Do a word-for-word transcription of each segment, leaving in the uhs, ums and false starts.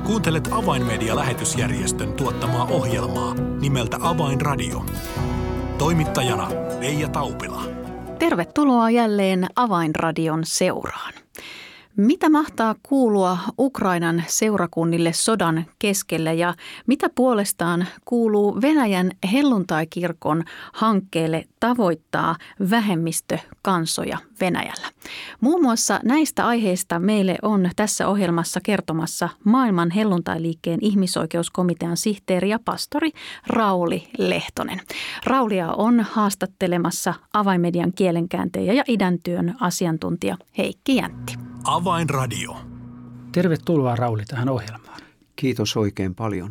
Kuuntelet Avainmedia-lähetysjärjestön tuottamaa ohjelmaa nimeltä Avainradio. Toimittajana Leija Taupila. Tervetuloa jälleen Avainradion seuraan. Mitä mahtaa kuulua Ukrainan seurakunnille sodan keskellä ja mitä puolestaan kuuluu Venäjän helluntaikirkon hankkeelle tavoittaa vähemmistökansoja Venäjällä? Muun muassa näistä aiheista meille on tässä ohjelmassa kertomassa maailman helluntailiikkeen ihmisoikeuskomitean sihteeri ja pastori Rauli Lehtonen. Raulia on haastattelemassa Avainmedian kielenkääntäjä ja idäntyön asiantuntija Heikki Jäntti. Avainradio. Tervetuloa Rauli tähän ohjelmaan. Kiitos oikein paljon.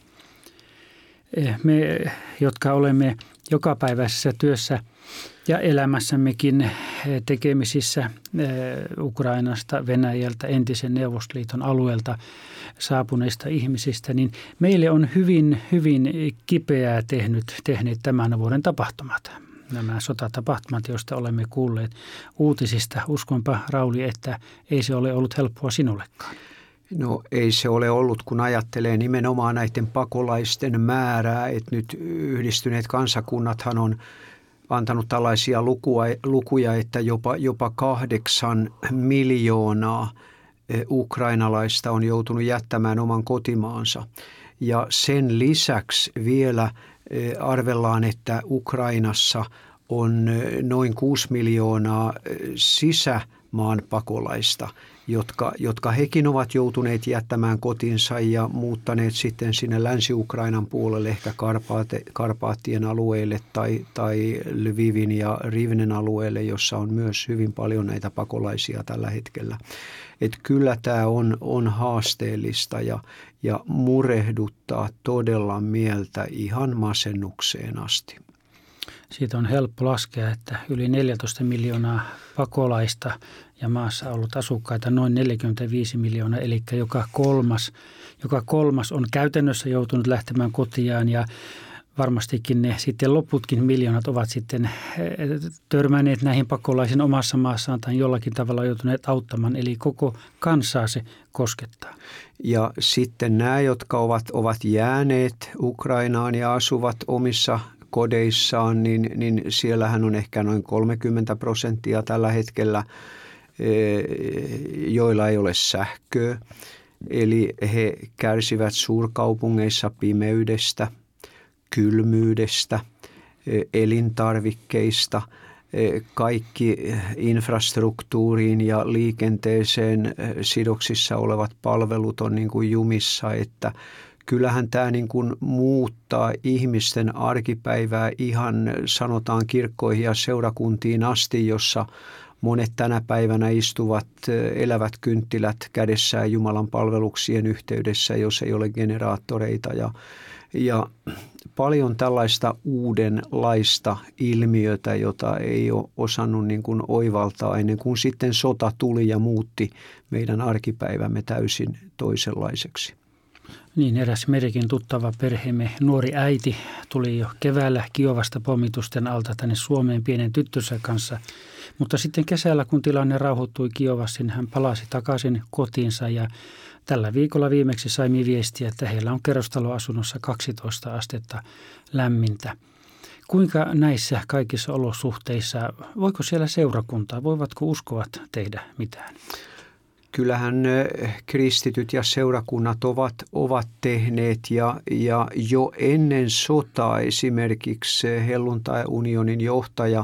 Me, jotka olemme jokapäiväisessä työssä ja elämässämmekin tekemisissä Ukrainasta, Venäjältä, entisen Neuvostoliiton alueelta saapuneista ihmisistä, niin meille on hyvin, hyvin kipeää tehnyt, tehneet tämän vuoden tapahtumat. Nämä sotatapahtumat, joista olemme kuulleet uutisista. Uskonpa, Rauli, että ei se ole ollut helppoa sinullekaan. No ei se ole ollut, kun ajattelee nimenomaan näiden pakolaisten määrää, että nyt yhdistyneet kansakunnathan on antanut tällaisia lukua, lukuja, että jopa, jopa kahdeksan miljoonaa ukrainalaista on joutunut jättämään oman kotimaansa. Ja sen lisäksi vielä arvellaan, että Ukrainassa on noin kuusi miljoonaa sisämaan pakolaista, jotka, jotka hekin ovat joutuneet jättämään kotinsa ja muuttaneet sitten sinne Länsi-Ukrainan puolelle, ehkä Karpaate, Karpaattien alueelle tai, tai Lvivin ja Rivnen alueelle, jossa on myös hyvin paljon näitä pakolaisia tällä hetkellä. Että kyllä tämä on, on haasteellista ja, ja murehduttaa todella mieltä ihan masennukseen asti. Siitä on helppo laskea, että yli neljätoista miljoonaa pakolaista ja maassa ollut asukkaita noin neljäkymmentäviisi miljoonaa, eli joka kolmas, joka kolmas on käytännössä joutunut lähtemään kotiaan ja varmastikin ne sitten loputkin miljoonat ovat sitten törmänneet näihin pakolaisiin omassa maassaan tai jollakin tavalla joutuneet auttamaan, eli koko kansaa se koskettaa. Ja sitten nämä, jotka ovat, ovat jääneet Ukrainaan ja asuvat omissa kodeissaan, niin, niin siellähän on ehkä noin kolmekymmentä prosenttia tällä hetkellä, joilla ei ole sähköä. Eli he kärsivät suurkaupungeissa pimeydestä, kylmyydestä, elintarvikkeista. Kaikki infrastruktuuriin ja liikenteeseen sidoksissa olevat palvelut on niin kuin jumissa, että kyllähän tämä niin kuin muuttaa ihmisten arkipäivää ihan sanotaan kirkkoihin ja seurakuntiin asti, jossa monet tänä päivänä istuvat elävät kynttilät kädessään Jumalan palveluksien yhteydessä, jos ei ole generaattoreita ja, ja paljon tällaista uudenlaista ilmiötä, jota ei ole osannut niin kuin oivaltaa ennen kuin sitten sota tuli ja muutti meidän arkipäivämme täysin toisenlaiseksi. Niin, eräs merikin tuttava perheemme nuori äiti tuli jo keväällä Kiovasta pommitusten alta tänne Suomeen pienen tyttönsä kanssa. Mutta sitten kesällä, kun tilanne rauhoittui Kiovassa, niin hän palasi takaisin kotiinsa ja tällä viikolla viimeksi saimme viestiä, että heillä on kerrostaloasunnossa kaksitoista astetta lämmintä. Kuinka näissä kaikissa olosuhteissa, voiko siellä seurakuntaa, voivatko uskovat tehdä mitään? Kyllähän kristityt ja seurakunnat ovat, ovat tehneet ja, ja jo ennen sotaa esimerkiksi Helluntai-unionin johtaja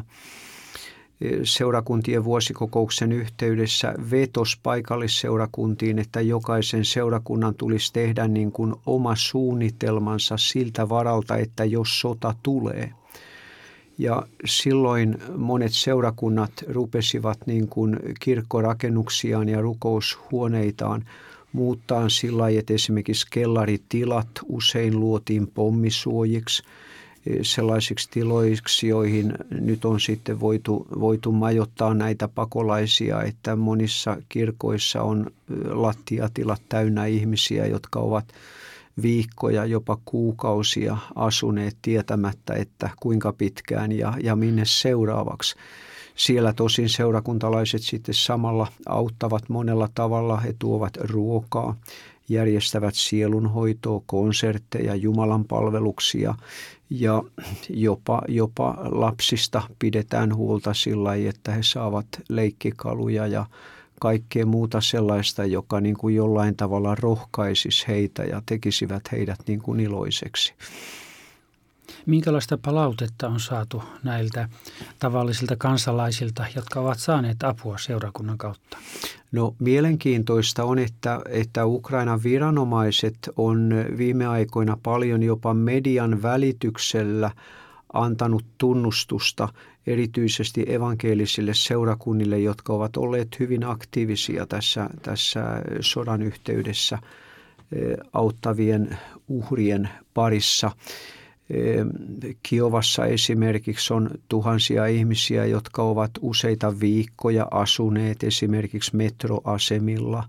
seurakuntien vuosikokouksen yhteydessä vetosi paikallisseurakuntiin, että jokaisen seurakunnan tulisi tehdä niin kuin oma suunnitelmansa siltä varalta, että jos sota tulee. Ja silloin monet seurakunnat rupesivat niin kuin kirkkorakennuksiaan ja rukoushuoneitaan muuttaa sillä lailla, että esimerkiksi kellaritilat usein luotiin pommisuojiksi, sellaisiksi tiloiksi, joihin nyt on sitten voitu, voitu majoittaa näitä pakolaisia, että monissa kirkoissa on lattiatilat täynnä ihmisiä, jotka ovat viikkoja, jopa kuukausia asuneet tietämättä, että kuinka pitkään ja, ja minne seuraavaksi. Siellä tosin seurakuntalaiset sitten samalla auttavat monella tavalla. He tuovat ruokaa, järjestävät sielunhoitoa, konsertteja, Jumalan palveluksia ja jopa, jopa lapsista pidetään huolta sillä lailla, että he saavat leikkikaluja ja kaikkea muuta sellaista, joka niin kuin jollain tavalla rohkaisisi heitä ja tekisivät heidät niin kuin iloiseksi. Minkälaista palautetta on saatu näiltä tavallisilta kansalaisilta, jotka ovat saaneet apua seurakunnan kautta? No mielenkiintoista on, että, että Ukrainan viranomaiset on viime aikoina paljon jopa median välityksellä antanut tunnustusta erityisesti evankelisille seurakunnille, jotka ovat olleet hyvin aktiivisia tässä, tässä sodan yhteydessä auttavien uhrien parissa. Kiovassa esimerkiksi on tuhansia ihmisiä, jotka ovat useita viikkoja asuneet esimerkiksi metroasemilla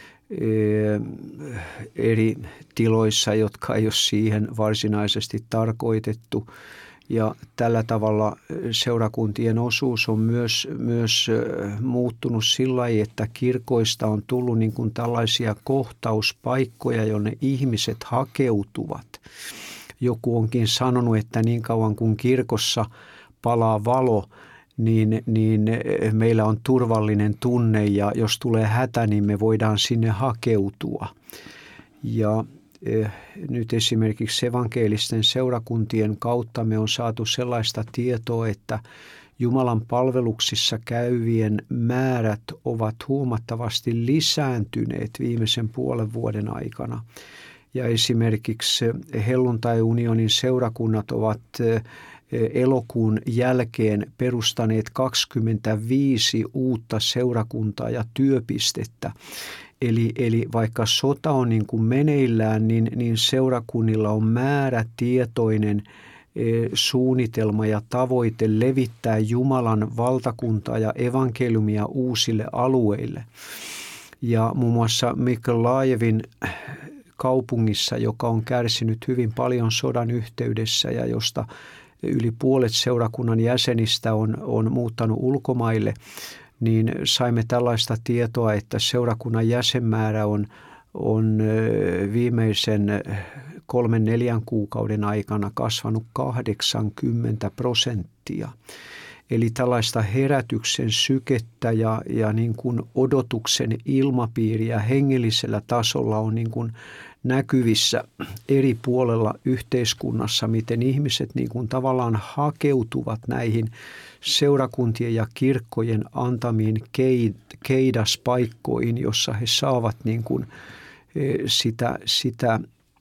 eri tiloissa, jotka ei ole siihen varsinaisesti tarkoitettu. Ja tällä tavalla seurakuntien osuus on myös, myös muuttunut sillä lailla, että kirkoista on tullut niin kuin tällaisia kohtauspaikkoja, jonne ihmiset hakeutuvat. Joku onkin sanonut, että niin kauan kuin kirkossa palaa valo, niin, niin meillä on turvallinen tunne ja jos tulee hätä, niin me voidaan sinne hakeutua. Ja eh, nyt esimerkiksi evankelisten seurakuntien kautta me on saatu sellaista tietoa, että Jumalan palveluksissa käyvien määrät ovat huomattavasti lisääntyneet viimeisen puolen vuoden aikana. Ja esimerkiksi Helluntai-unionin seurakunnat ovat elokuun jälkeen perustaneet kaksikymmentäviisi uutta seurakuntaa ja työpistettä. Eli, eli vaikka sota on niin kuin meneillään, niin, niin seurakunnilla on määrätietoinen suunnitelma ja tavoite levittää Jumalan valtakuntaa ja evankeliumia uusille alueille. Ja muun muassa Mykolajivin kaupungissa, joka on kärsinyt hyvin paljon sodan yhteydessä ja josta yli puolet seurakunnan jäsenistä on, on muuttanut ulkomaille, niin saimme tällaista tietoa, että seurakunnan jäsenmäärä on, on viimeisen kolmen neljän kuukauden aikana kasvanut kahdeksankymmentä prosenttia. Eli tällaista herätyksen sykettä ja, ja niin kuin odotuksen ilmapiiriä hengellisellä tasolla on niin kuin näkyvissä eri puolella yhteiskunnassa, miten ihmiset niin kuin tavallaan hakeutuvat näihin seurakuntien ja kirkkojen antamiin keidaspaikkoihin, jossa he saavat niin kuin sitä, sitä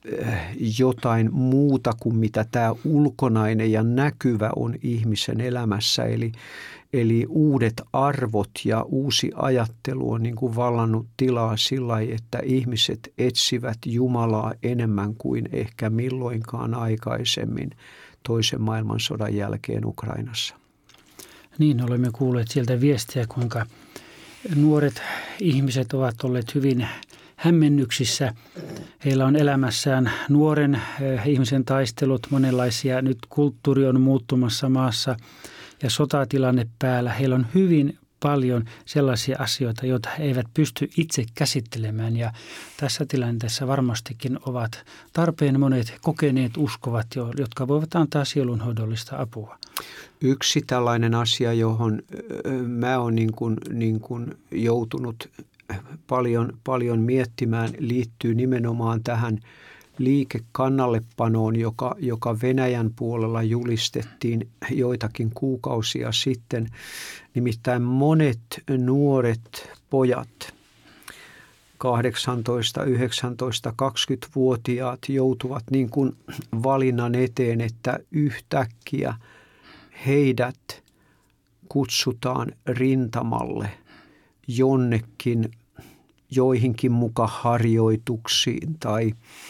jotain muuta kuin mitä tämä ulkonainen ja näkyvä on ihmisen elämässä. Eli, eli uudet arvot ja uusi ajattelu on niin kuin vallannut tilaa sillä lailla, että ihmiset etsivät Jumalaa enemmän kuin ehkä milloinkaan aikaisemmin toisen maailmansodan jälkeen Ukrainassa. Niin, olemme kuulleet sieltä viestiä, kuinka nuoret ihmiset ovat olleet hyvin hämmennyksissä. Heillä on elämässään nuoren ihmisen taistelut, monenlaisia. Nyt kulttuuri on muuttumassa maassa ja sotatilanne päällä. Heillä on hyvin paljon sellaisia asioita, joita he eivät pysty itse käsittelemään. Ja tässä tilanteessa varmastikin ovat tarpeen monet kokeneet uskovat, jotka voivat antaa sielunhoidollista apua. Yksi tällainen asia, johon mä oon niin kuin, niin kuin joutunut Paljon, paljon miettimään, liittyy nimenomaan tähän liikekannallepanoon, joka, joka Venäjän puolella julistettiin joitakin kuukausia sitten. Nimittäin monet nuoret pojat, kahdeksantoista, yhdeksäntoista, kaksikymmentävuotiaat joutuvat niin kuin valinnan eteen, että yhtäkkiä heidät kutsutaan rintamalle jonnekin, joihinkin muka harjoituksiin tai,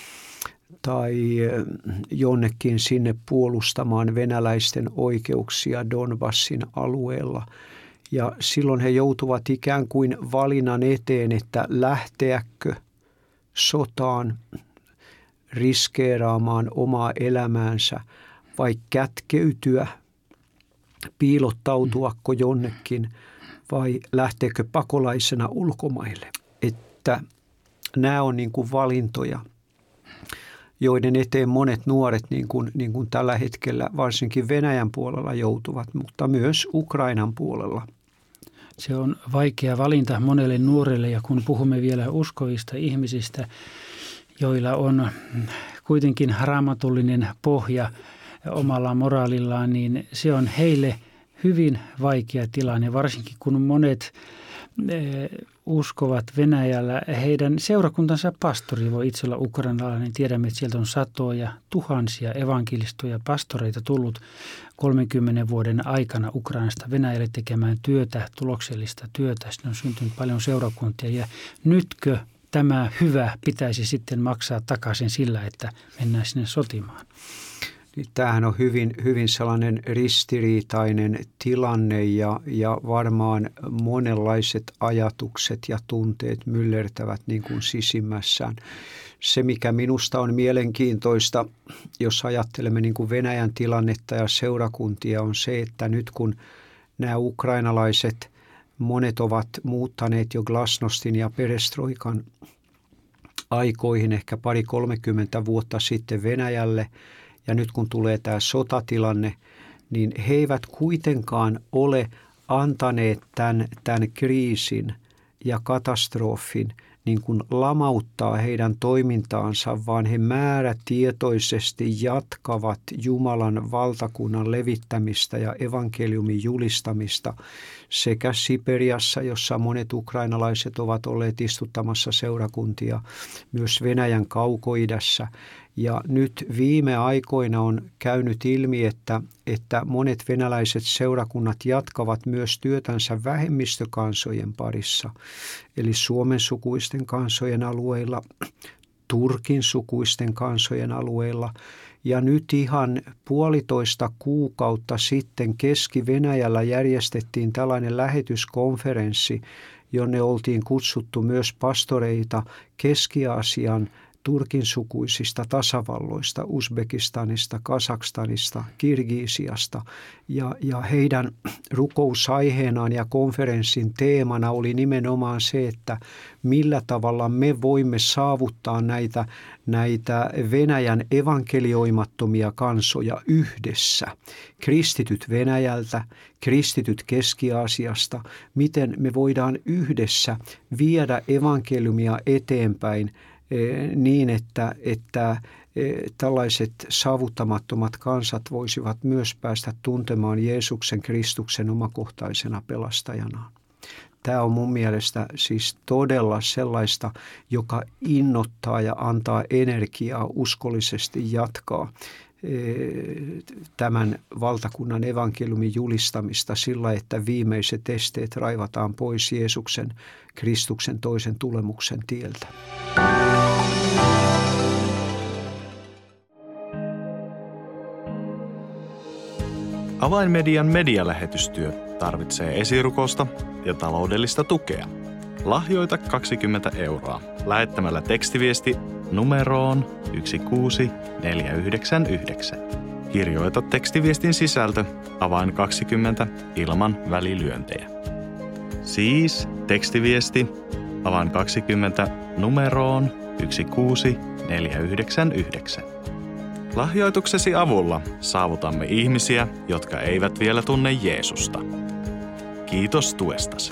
tai jonnekin sinne puolustamaan venäläisten oikeuksia Donbassin alueella. Ja silloin he joutuvat ikään kuin valinnan eteen, että lähteäkö sotaan riskeeraamaan omaa elämäänsä vai kätkeytyä, piilottautuako jonnekin vai lähteekö pakolaisena ulkomaille. Että nämä on niin kuin valintoja, joiden eteen monet nuoret niin kuin, niin kuin tällä hetkellä varsinkin Venäjän puolella joutuvat, mutta myös Ukrainan puolella. Se on vaikea valinta monelle nuorelle, ja kun puhumme vielä uskovista ihmisistä, joilla on kuitenkin raamatullinen pohja omalla moraalillaan, niin se on heille hyvin vaikea tilanne, varsinkin kun monet uskovat Venäjällä. Heidän seurakuntansa pastori voi itse olla ukrainalainen. Tiedämme, että sieltä on satoja, tuhansia evankelistoja pastoreita tullut kolmenkymmenen vuoden aikana Ukrainasta Venäjälle tekemään työtä, tuloksellista työtä. Sinne on syntynyt paljon seurakuntia, ja nytkö tämä hyvä pitäisi sitten maksaa takaisin sillä, että mennään sinne sotimaan? Tämähän on hyvin, hyvin sellainen ristiriitainen tilanne ja, ja varmaan monenlaiset ajatukset ja tunteet myllertävät niin kuin sisimmässään. Se, mikä minusta on mielenkiintoista, jos ajattelemme niin kuin Venäjän tilannetta ja seurakuntia, on se, että nyt kun nämä ukrainalaiset, monet ovat muuttaneet jo glasnostin ja perestroikan aikoihin ehkä pari kolmekymmentä vuotta sitten Venäjälle, ja nyt kun tulee tämä sotatilanne, niin he eivät kuitenkaan ole antaneet tämän, tämän kriisin ja katastrofin niin kuin lamauttaa heidän toimintaansa, vaan he määrätietoisesti jatkavat Jumalan valtakunnan levittämistä ja evankeliumin julistamista sekä Siperiassa, jossa monet ukrainalaiset ovat olleet istuttamassa seurakuntia, myös Venäjän kaukoidässä. Ja nyt viime aikoina on käynyt ilmi, että, että monet venäläiset seurakunnat jatkavat myös työtänsä vähemmistökansojen parissa, eli Suomen sukuisten kansojen alueilla, Turkin sukuisten kansojen alueilla. Ja nyt ihan puolitoista kuukautta sitten Keski-Venäjällä järjestettiin tällainen lähetyskonferenssi, jonne oltiin kutsuttu myös pastoreita Keski-Aasian Turkin sukuisista tasavalloista, Uzbekistanista, Kazakstanista, Kirgisiasta, ja, ja heidän rukousaiheenaan ja konferenssin teemana oli nimenomaan se, että millä tavalla me voimme saavuttaa näitä, näitä Venäjän evankelioimattomia kansoja yhdessä. Kristityt Venäjältä, kristityt Keski-Aasiasta, miten me voidaan yhdessä viedä evankeliumia eteenpäin niin, että, että tällaiset saavuttamattomat kansat voisivat myös päästä tuntemaan Jeesuksen Kristuksen omakohtaisena pelastajanaan. Tämä on mun mielestä siis todella sellaista, joka innoittaa ja antaa energiaa uskollisesti jatkaa tämän valtakunnan evankeliumin julistamista sillä, että viimeiset esteet raivataan pois Jeesuksen Kristuksen toisen tulemuksen tieltä. Avainmedian medialähetystyö tarvitsee esirukosta ja taloudellista tukea. Lahjoita kaksikymmentä euroa lähettämällä tekstiviesti numeroon yksi kuusi neljä yhdeksän yhdeksän. Kirjoita tekstiviestin sisältö avain kaksikymmentä ilman välilyöntejä. Siis tekstiviesti avain kaksikymmentä numeroon yksi kuusi neljä yhdeksän yhdeksän. Lahjoituksesi avulla saavutamme ihmisiä, jotka eivät vielä tunne Jeesusta. Kiitos tuestasi.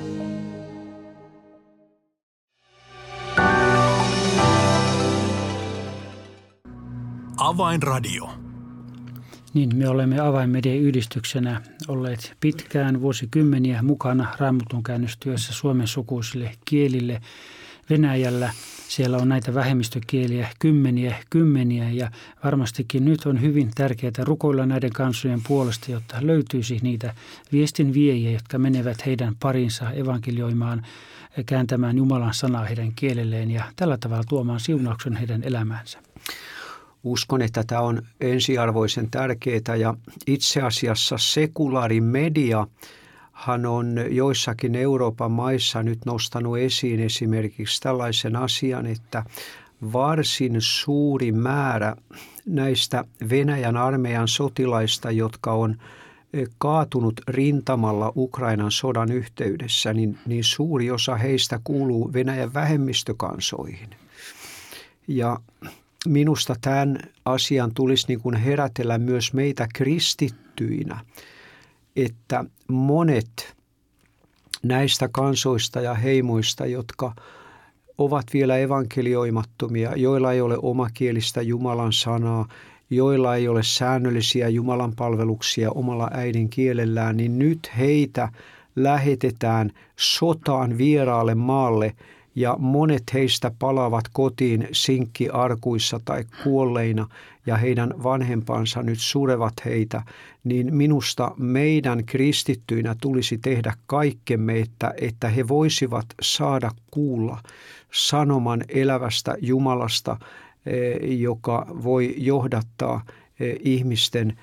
Avainradio. Niin, me olemme Avainmedia-yhdistyksenä olleet pitkään vuosikymmeniä mukana Raamatun käännöstyössä suomen sukuisille kielille Venäjällä. Siellä on näitä vähemmistökieliä kymmeniä, kymmeniä ja varmastikin nyt on hyvin tärkeää rukoilla näiden kansojen puolesta, jotta löytyisi niitä viestin viejiä, jotka menevät heidän parinsa evankelioimaan, kääntämään Jumalan sanaa heidän kielelleen ja tällä tavalla tuomaan siunauksen heidän elämäänsä. Uskon, että tämä on ensiarvoisen tärkeää ja itse asiassa sekulaari media hän on joissakin Euroopan maissa nyt nostanut esiin esimerkiksi tällaisen asian, että varsin suuri määrä näistä Venäjän armeijan sotilaista, jotka on kaatunut rintamalla Ukrainan sodan yhteydessä, niin, niin suuri osa heistä kuuluu Venäjän vähemmistökansoihin. Ja minusta tämän asian tulisi niin kuin herätellä myös meitä kristittyinä, että monet näistä kansoista ja heimoista, jotka ovat vielä evankelioimattomia, joilla ei ole omakielistä Jumalan sanaa, joilla ei ole säännöllisiä Jumalan palveluksia omalla äidinkielellään, niin nyt heitä lähetetään sotaan vieraalle maalle ja monet heistä palaavat kotiin sinkkiarkuissa tai kuolleina ja heidän vanhempansa nyt surevat heitä, niin minusta meidän kristittyinä tulisi tehdä kaikkemme, että, että he voisivat saada kuulla sanoman elävästä Jumalasta, joka voi johdattaa ihmisten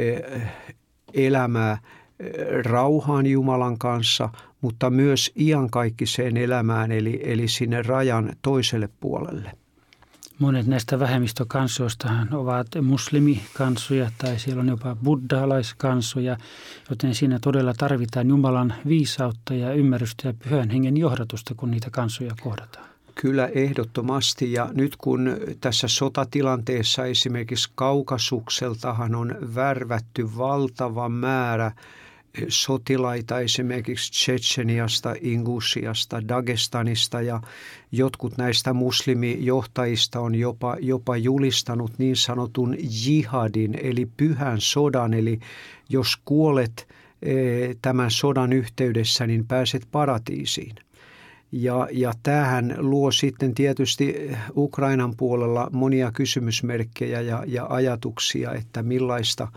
elämää rauhaan Jumalan kanssa, mutta myös iankaikkiseen elämään, eli, eli sinne rajan toiselle puolelle. Monet näistä vähemmistökansoistahan ovat muslimikansoja tai siellä on jopa buddhalaiskansoja, joten siinä todella tarvitaan Jumalan viisautta ja ymmärrystä ja pyhän hengen johdatusta, kun niitä kansoja kohdataan. Kyllä ehdottomasti, ja nyt kun tässä sotatilanteessa esimerkiksi Kaukasukseltahan on värvätty valtava määrä sotilaita esimerkiksi Tšetšeniasta, Ingušiasta, Dagestanista ja jotkut näistä muslimijohtajista on jopa, jopa julistanut niin sanotun jihadin eli pyhän sodan, eli jos kuolet tämän sodan yhteydessä, niin pääset paratiisiin. Ja, ja tämähän luo sitten tietysti Ukrainan puolella monia kysymysmerkkejä ja, ja ajatuksia, että millaista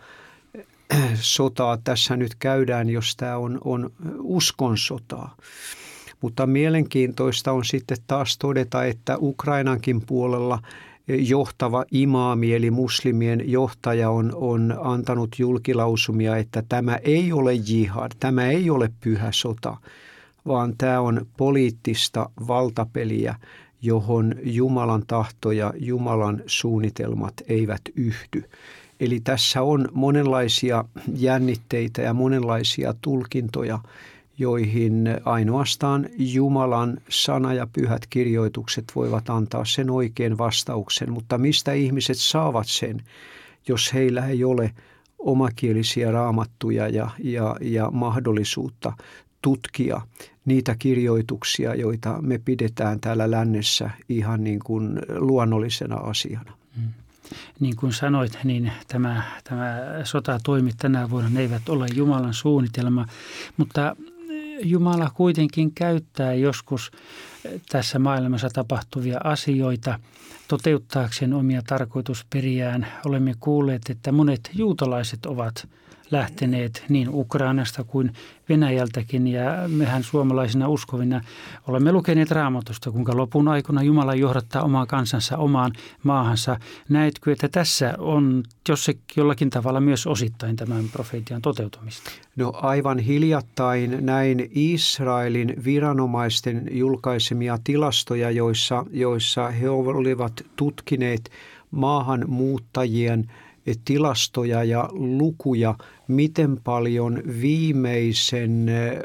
sotaa tässä nyt käydään, jos tämä on, on uskonsotaa. Mutta mielenkiintoista on sitten taas todeta, että Ukrainankin puolella johtava imaami eli muslimien johtaja on, on antanut julkilausumia, että tämä ei ole jihad, tämä ei ole pyhä sota, vaan tämä on poliittista valtapeliä, johon Jumalan tahto ja Jumalan suunnitelmat eivät yhdy. Eli tässä on monenlaisia jännitteitä ja monenlaisia tulkintoja, joihin ainoastaan Jumalan sana ja pyhät kirjoitukset voivat antaa sen oikean vastauksen. Mutta mistä ihmiset saavat sen, jos heillä ei ole omakielisiä raamattuja ja, ja, ja mahdollisuutta tutkia niitä kirjoituksia, joita me pidetään täällä lännessä ihan niin kuin luonnollisena asiana. Mm. Niin kuin sanoit, niin tämä, tämä sotatoimit tänä vuonna ne eivät ole Jumalan suunnitelma, mutta Jumala kuitenkin käyttää joskus tässä maailmassa tapahtuvia asioita toteuttaakseen omia tarkoitusperiään. Olemme kuulleet, että monet juutalaiset ovat lähteneet niin Ukrainasta kuin Venäjältäkin, ja mehän suomalaisina uskovina olemme lukeneet Raamatusta, kuinka lopun aikana Jumala johdattaa omaa kansansa omaan maahansa. Näetkö, että tässä on jossakin jollakin tavalla myös osittain tämän profeetian toteutumista? No aivan hiljattain näin Israelin viranomaisten julkaisemia tilastoja, joissa, joissa he olivat tutkineet maahanmuuttajien tilastoja ja lukuja, miten paljon viimeisen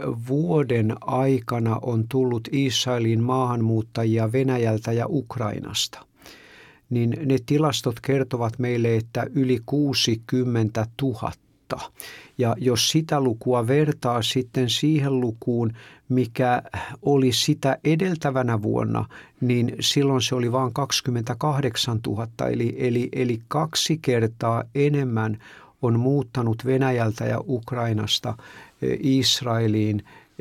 vuoden aikana on tullut Israelin maahanmuuttajia Venäjältä ja Ukrainasta. Niin ne tilastot kertovat meille, että yli kuusikymmentätuhatta. Ja jos sitä lukua vertaa sitten siihen lukuun, mikä oli sitä edeltävänä vuonna, niin silloin se oli vain kaksikymmentäkahdeksantuhatta, eli, eli, eli kaksi kertaa enemmän on muuttanut Venäjältä ja Ukrainasta Israeliin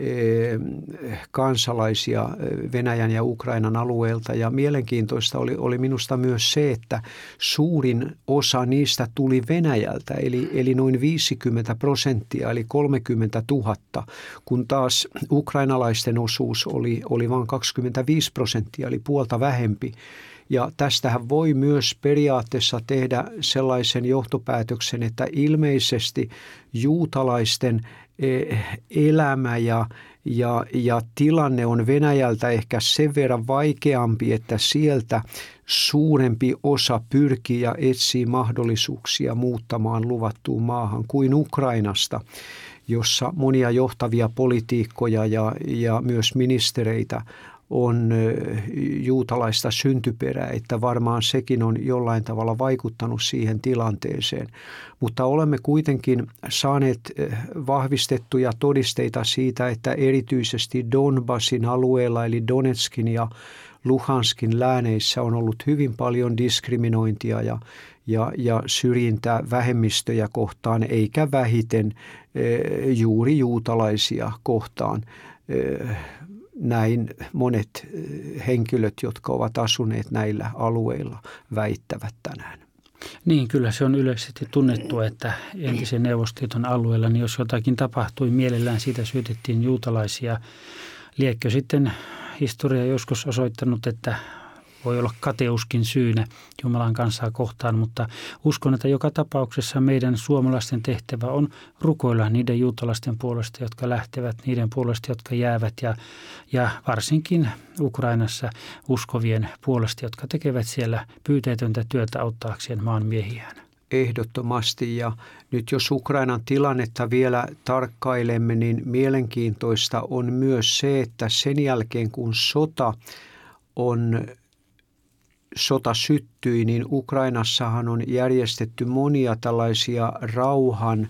kansalaisia Venäjän ja Ukrainan alueelta. Ja mielenkiintoista oli, oli minusta myös se, että suurin osa niistä tuli Venäjältä, eli, eli noin viisikymmentä prosenttia, eli kolmekymmentätuhatta, kun taas ukrainalaisten osuus oli, oli vain kaksikymmentäviisi prosenttia, eli puolta vähempi. Ja tästähän voi myös periaatteessa tehdä sellaisen johtopäätöksen, että ilmeisesti juutalaisten elämä ja, ja, ja tilanne on Venäjältä ehkä sen verran vaikeampi, että sieltä suurempi osa pyrkii ja etsii mahdollisuuksia muuttamaan luvattuun maahan kuin Ukrainasta, jossa monia johtavia poliitikkoja ja, ja myös ministereitä on juutalaista syntyperää, että varmaan sekin on jollain tavalla vaikuttanut siihen tilanteeseen. Mutta olemme kuitenkin saaneet vahvistettuja todisteita siitä, että erityisesti Donbassin alueella eli Donetskin ja Luhanskin lääneissä on ollut hyvin paljon diskriminointia ja, ja, ja syrjintää vähemmistöjä kohtaan, eikä vähiten juuri juutalaisia kohtaan. Näin monet henkilöt, jotka ovat asuneet näillä alueilla, väittävät tänään. Niin, kyllä se on yleisesti tunnettu, että entisen Neuvostoliiton alueella, niin jos jotakin tapahtui, mielellään siitä syytettiin juutalaisia. Liekkö sitten historia joskus osoittanut, että voi olla kateuskin syynä Jumalan kansaa kohtaan, mutta uskon, että joka tapauksessa meidän suomalaisten tehtävä on rukoilla niiden juutalaisten puolesta, jotka lähtevät, niiden puolesta, jotka jäävät ja, ja varsinkin Ukrainassa uskovien puolesta, jotka tekevät siellä pyyteetöntä työtä auttaakseen maan miehiään. Ehdottomasti, ja nyt jos Ukrainan tilannetta vielä tarkkailemme, niin mielenkiintoista on myös se, että sen jälkeen kun sota on Sota syttyi, niin Ukrainassahan on järjestetty monia tällaisia rauhan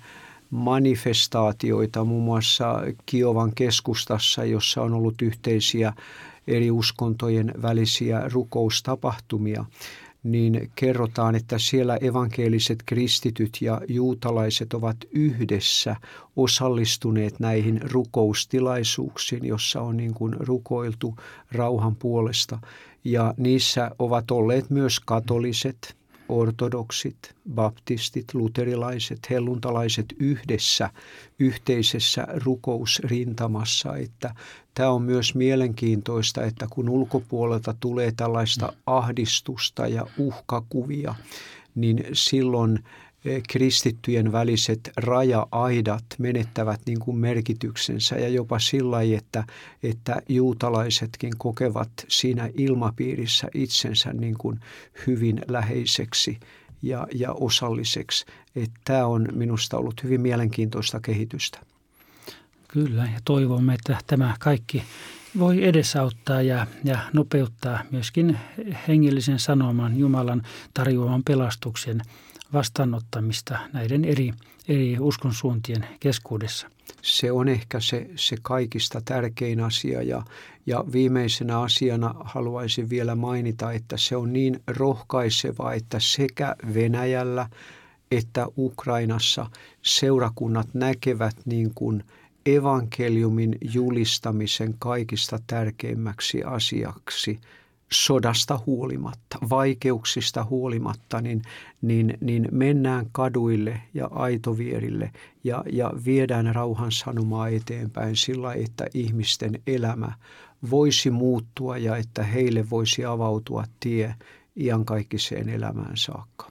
manifestaatioita, muun muassa Kiovan keskustassa, jossa on ollut yhteisiä eri uskontojen välisiä rukoustapahtumia. Niin kerrotaan, että siellä evankeeliset kristityt ja juutalaiset ovat yhdessä osallistuneet näihin rukoustilaisuuksiin, jossa on niin kuin rukoiltu rauhan puolesta. Ja niissä ovat olleet myös katoliset, ortodoksit, baptistit, luterilaiset, helluntalaiset yhdessä yhteisessä rukousrintamassa. Että tämä on myös mielenkiintoista, että kun ulkopuolelta tulee tällaista ahdistusta ja uhkakuvia, niin silloin kristittyjen väliset raja-aidat menettävät niin kuin merkityksensä ja jopa sillä lailla, että, että juutalaisetkin kokevat siinä ilmapiirissä itsensä niin kuin hyvin läheiseksi ja, ja osalliseksi. Että tämä on minusta ollut hyvin mielenkiintoista kehitystä. Kyllä, ja toivomme, että tämä kaikki voi edesauttaa ja, ja nopeuttaa myöskin hengellisen sanoman, Jumalan tarjoaman pelastuksen vastaanottamista näiden eri, eri uskonsuuntien keskuudessa. Se on ehkä se, se kaikista tärkein asia ja, ja viimeisenä asiana haluaisin vielä mainita, että se on niin rohkaisevaa, että sekä Venäjällä että Ukrainassa seurakunnat näkevät niin kuin evankeliumin julistamisen kaikista tärkeimmäksi asiaksi sodasta huolimatta, vaikeuksista huolimatta, niin, niin, niin mennään kaduille ja aitovierille ja, ja viedään rauhan sanomaa eteenpäin sillä, että ihmisten elämä voisi muuttua ja että heille voisi avautua tie iankaikkiseen elämään saakka.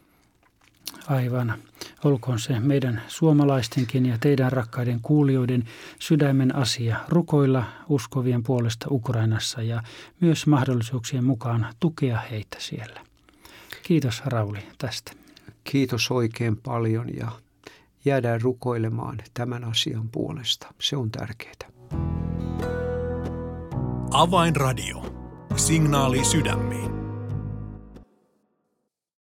Aivan. Olkoon se meidän suomalaistenkin ja teidän rakkaiden kuulijoiden sydämen asia rukoilla uskovien puolesta Ukrainassa ja myös mahdollisuuksien mukaan tukea heitä siellä. Kiitos Rauli tästä. Kiitos oikein paljon ja jäädään rukoilemaan tämän asian puolesta. Se on tärkeää. Avainradio. Signaali sydämiin.